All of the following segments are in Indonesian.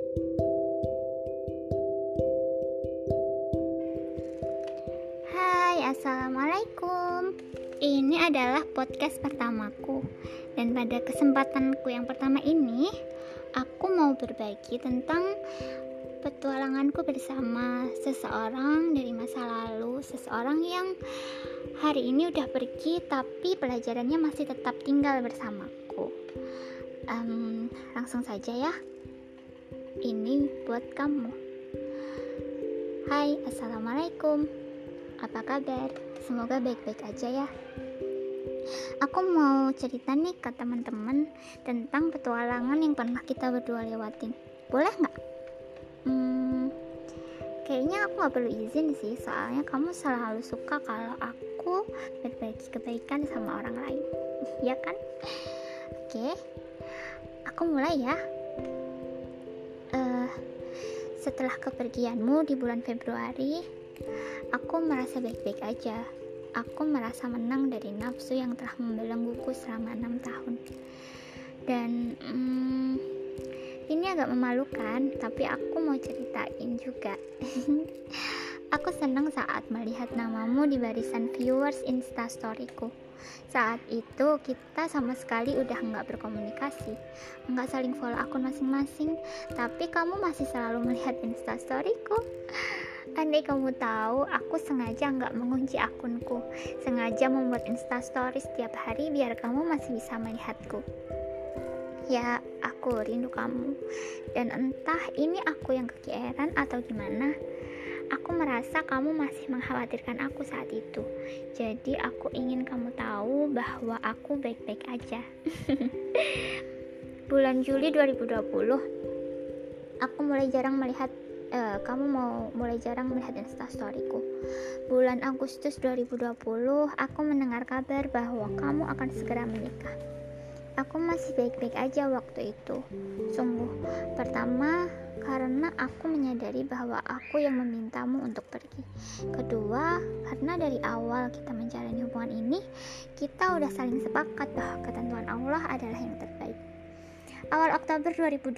Hai, assalamualaikum. Ini adalah podcast pertamaku, dan pada kesempatanku yang pertama ini, aku mau berbagi tentang petualanganku bersama seseorang dari masa lalu, seseorang yang hari ini udah pergi, tapi pelajarannya masih tetap tinggal bersamaku. Langsung saja ya. Ini buat kamu. Hai, assalamualaikum. Apa kabar? Semoga baik-baik aja ya. Aku mau cerita nih ke teman-teman tentang petualangan yang pernah kita berdua lewatin. Boleh nggak? Kayaknya aku nggak perlu izin sih, soalnya kamu selalu suka kalau aku berbagi kebaikan sama orang lain. Ya kan? Oke, aku mulai ya. Setelah kepergianmu di bulan Februari, aku merasa baik-baik aja. Aku merasa menang dari nafsu yang telah membelengguku selama 6 tahun. Dan ini agak memalukan, tapi aku mau ceritain juga. Aku senang saat melihat namamu di barisan viewers Instastoryku. Saat itu kita sama sekali udah nggak berkomunikasi, nggak saling follow akun masing-masing, tapi kamu masih selalu melihat Instastoryku. Andai kamu tahu, aku sengaja nggak mengunci akunku, sengaja membuat Instastory setiap hari biar kamu masih bisa melihatku. Ya, aku rindu kamu, dan entah ini aku yang kegeeran atau gimana, aku merasa kamu masih mengkhawatirkan aku saat itu. Jadi aku ingin kamu tahu bahwa aku baik-baik aja. Bulan Juli 2020, aku mulai jarang melihat kamu mulai jarang melihat Instastoryku. Bulan Agustus 2020, aku mendengar kabar bahwa kamu akan segera menikah. Aku masih baik-baik aja waktu itu. Sungguh, pertama karena aku menyadari bahwa aku yang memintamu untuk pergi. Kedua, karena dari awal kita menjalani hubungan ini, kita udah saling sepakat bahwa ketentuan Allah adalah yang terbaik. Awal Oktober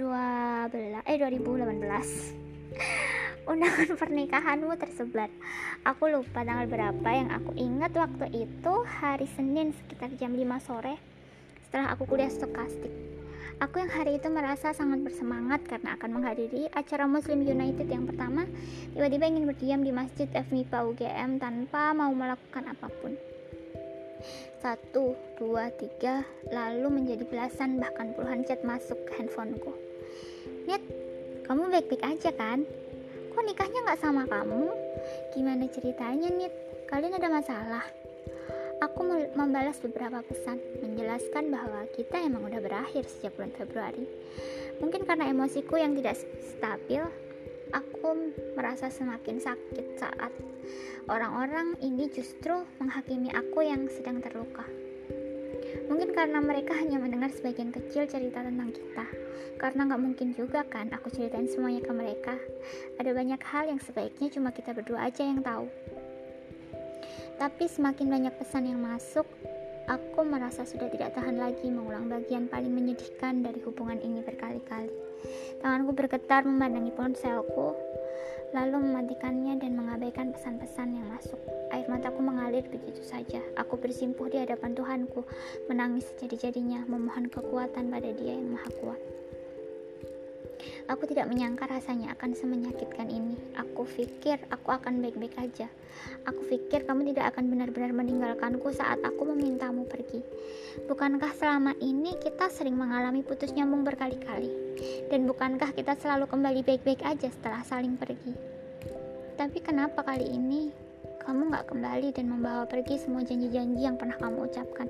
2018, undangan pernikahanmu tersebar. Aku lupa tanggal berapa, yang aku ingat waktu itu hari Senin sekitar jam 5 sore setelah aku kuliah stokastik. Aku yang hari itu merasa sangat bersemangat karena akan menghadiri acara Muslim United yang pertama, tiba-tiba ingin berdiam di Masjid FMIPA UGM tanpa mau melakukan apapun. 1, 2, 3, lalu menjadi belasan bahkan puluhan chat masuk ke handphoneku. Nit, kamu baik-baik aja kan? Kok nikahnya gak sama kamu? Gimana ceritanya Nit? Kalian ada masalah? Aku membalas beberapa pesan, menjelaskan bahwa kita emang udah berakhir sejak bulan Februari. Mungkin karena emosiku yang tidak stabil, aku merasa semakin sakit saat orang-orang ini justru menghakimi aku yang sedang terluka. Mungkin karena mereka hanya mendengar sebagian kecil cerita tentang kita. Karena gak mungkin juga kan aku ceritain semuanya ke mereka. Ada banyak hal yang sebaiknya cuma kita berdua aja yang tahu. Tapi semakin banyak pesan yang masuk, aku merasa sudah tidak tahan lagi mengulang bagian paling menyedihkan dari hubungan ini berkali-kali. Tanganku bergetar memandangi ponselku, lalu mematikannya dan mengabaikan pesan-pesan yang masuk. Air mataku mengalir begitu saja. Aku bersimpuh di hadapan Tuhanku, menangis sejadi-jadinya, memohon kekuatan pada Dia yang Maha Kuat. Aku tidak menyangka rasanya akan semenyakitkan ini. Aku pikir aku akan baik-baik aja. Aku pikir kamu tidak akan benar-benar meninggalkanku saat aku memintamu pergi. Bukankah selama ini kita sering mengalami putus nyambung berkali-kali? Dan bukankah kita selalu kembali baik-baik aja setelah saling pergi? Tapi kenapa kali ini kamu gak kembali dan membawa pergi semua janji-janji yang pernah kamu ucapkan?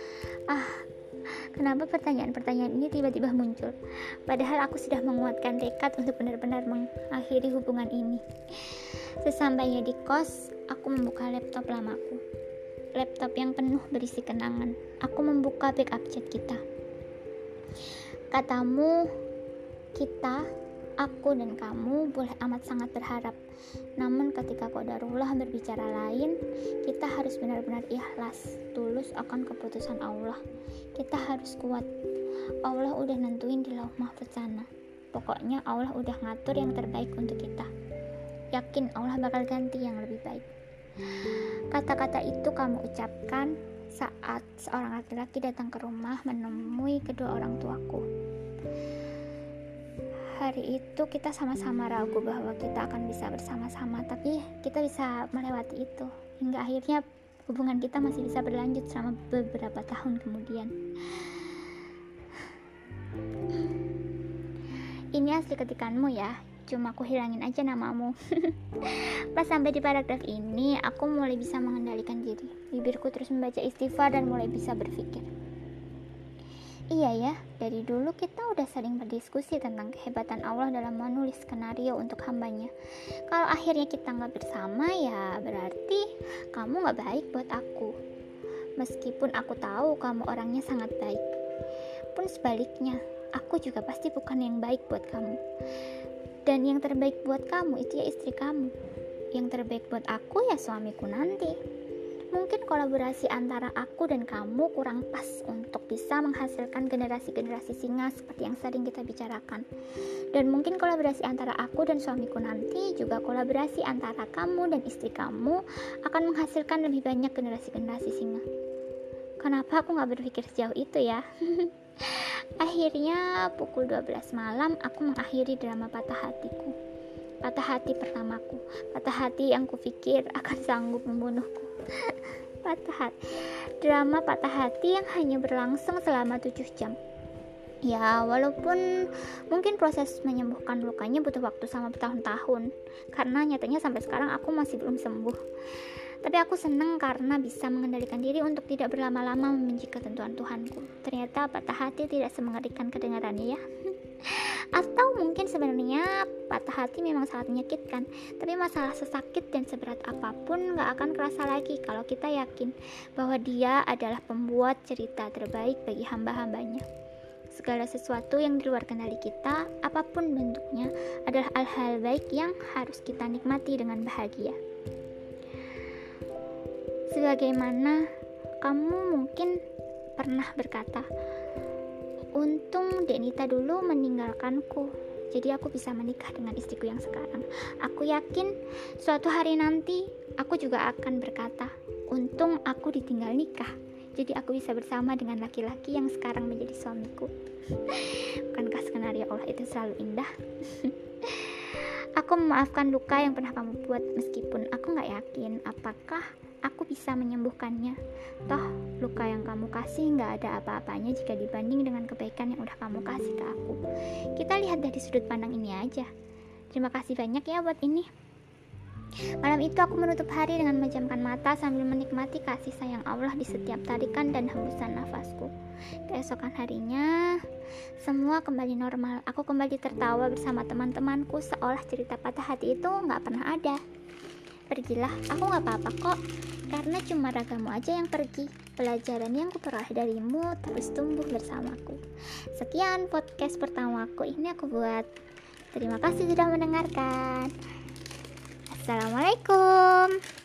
Kenapa pertanyaan-pertanyaan ini tiba-tiba muncul? Padahal aku sudah menguatkan tekad untuk benar-benar mengakhiri hubungan ini. Sesampainya di kos, aku membuka laptop lamaku. Laptop yang penuh berisi kenangan. Aku membuka backup chat kita. Katamu, kita, aku dan kamu boleh amat sangat berharap. Namun ketika qadarullah berbicara lain, kita harus benar-benar ikhlas, tulus akan keputusan Allah. Kita harus kuat. Allah udah nentuin di lauh mahfuz sana. Pokoknya Allah udah ngatur yang terbaik untuk kita. Yakin Allah bakal ganti yang lebih baik. Kata-kata itu kamu ucapkan saat seorang laki-laki datang ke rumah menemui kedua orang tuaku. Hari itu kita sama-sama ragu bahwa kita akan bisa bersama-sama, tapi kita bisa melewati itu hingga akhirnya hubungan kita masih bisa berlanjut selama beberapa tahun kemudian. Ini asli ketikanmu ya, cuma aku hilangin aja namamu. Pas sampai di paragraf ini, aku mulai bisa mengendalikan diri. Bibirku terus membaca istighfar dan mulai bisa berpikir. Iya ya, dari dulu kita udah sering berdiskusi tentang kehebatan Allah dalam menulis skenario untuk hambanya. Kalau akhirnya kita gak bersama, ya berarti kamu gak baik buat aku. Meskipun aku tahu kamu orangnya sangat baik. Pun sebaliknya, aku juga pasti bukan yang baik buat kamu. Dan yang terbaik buat kamu itu ya istri kamu. Yang terbaik buat aku ya suamiku nanti. Mungkin kolaborasi antara aku dan kamu kurang pas untuk bisa menghasilkan generasi-generasi singa seperti yang sering kita bicarakan. Dan mungkin kolaborasi antara aku dan suamiku nanti juga kolaborasi antara kamu dan istri kamu akan menghasilkan lebih banyak generasi-generasi singa. Kenapa aku gak berpikir sejauh itu ya? Akhirnya pukul 12 malam aku mengakhiri drama patah hatiku. Patah hati pertamaku. Patah hati yang kupikir akan sanggup membunuhku. Drama patah hati yang hanya berlangsung selama 7 jam. Ya, walaupun mungkin proses menyembuhkan lukanya butuh waktu sama bertahun-tahun, karena nyatanya sampai sekarang aku masih belum sembuh. Tapi aku senang karena bisa mengendalikan diri untuk tidak berlama-lama membenci ketentuan Tuhanku. Ternyata patah hati tidak semengerikan kedengarannya ya. Atau mungkin sebenarnya patah hati memang sangat menyakitkan, tapi masalah sesakit dan seberat apapun gak akan kerasa lagi kalau kita yakin bahwa Dia adalah pembuat cerita terbaik bagi hamba-hambanya. Segala sesuatu yang di luar kendali kita, apapun bentuknya, adalah hal-hal baik yang harus kita nikmati dengan bahagia. Sebagaimana kamu mungkin pernah berkata, untung Denita dulu meninggalkanku, jadi aku bisa menikah dengan istriku yang sekarang. Aku yakin suatu hari nanti aku juga akan berkata, untung aku ditinggal nikah, jadi aku bisa bersama dengan laki-laki yang sekarang menjadi suamiku. Bukankah skenario Allah itu selalu indah? Aku memaafkan luka yang pernah kamu buat, meskipun aku gak yakin apakah aku bisa menyembuhkannya. Toh luka yang kamu kasih gak ada apa-apanya jika dibanding dengan kebaikan yang udah kamu kasih ke aku. Kita lihat dari sudut pandang ini aja. Terima kasih banyak ya buat ini. Malam itu aku menutup hari dengan menjamkan mata sambil menikmati kasih sayang Allah di setiap tarikan dan hembusan nafasku. Keesokan harinya semua kembali normal. Aku kembali tertawa bersama teman-temanku seolah cerita patah hati itu gak pernah ada. Pergilah, aku gak apa-apa kok, karena cuma ragamu aja yang pergi. Pelajaran yang kuperoleh darimu terus tumbuh bersamaku. Sekian podcast pertamaku ini aku buat. Terima kasih sudah mendengarkan. Assalamualaikum.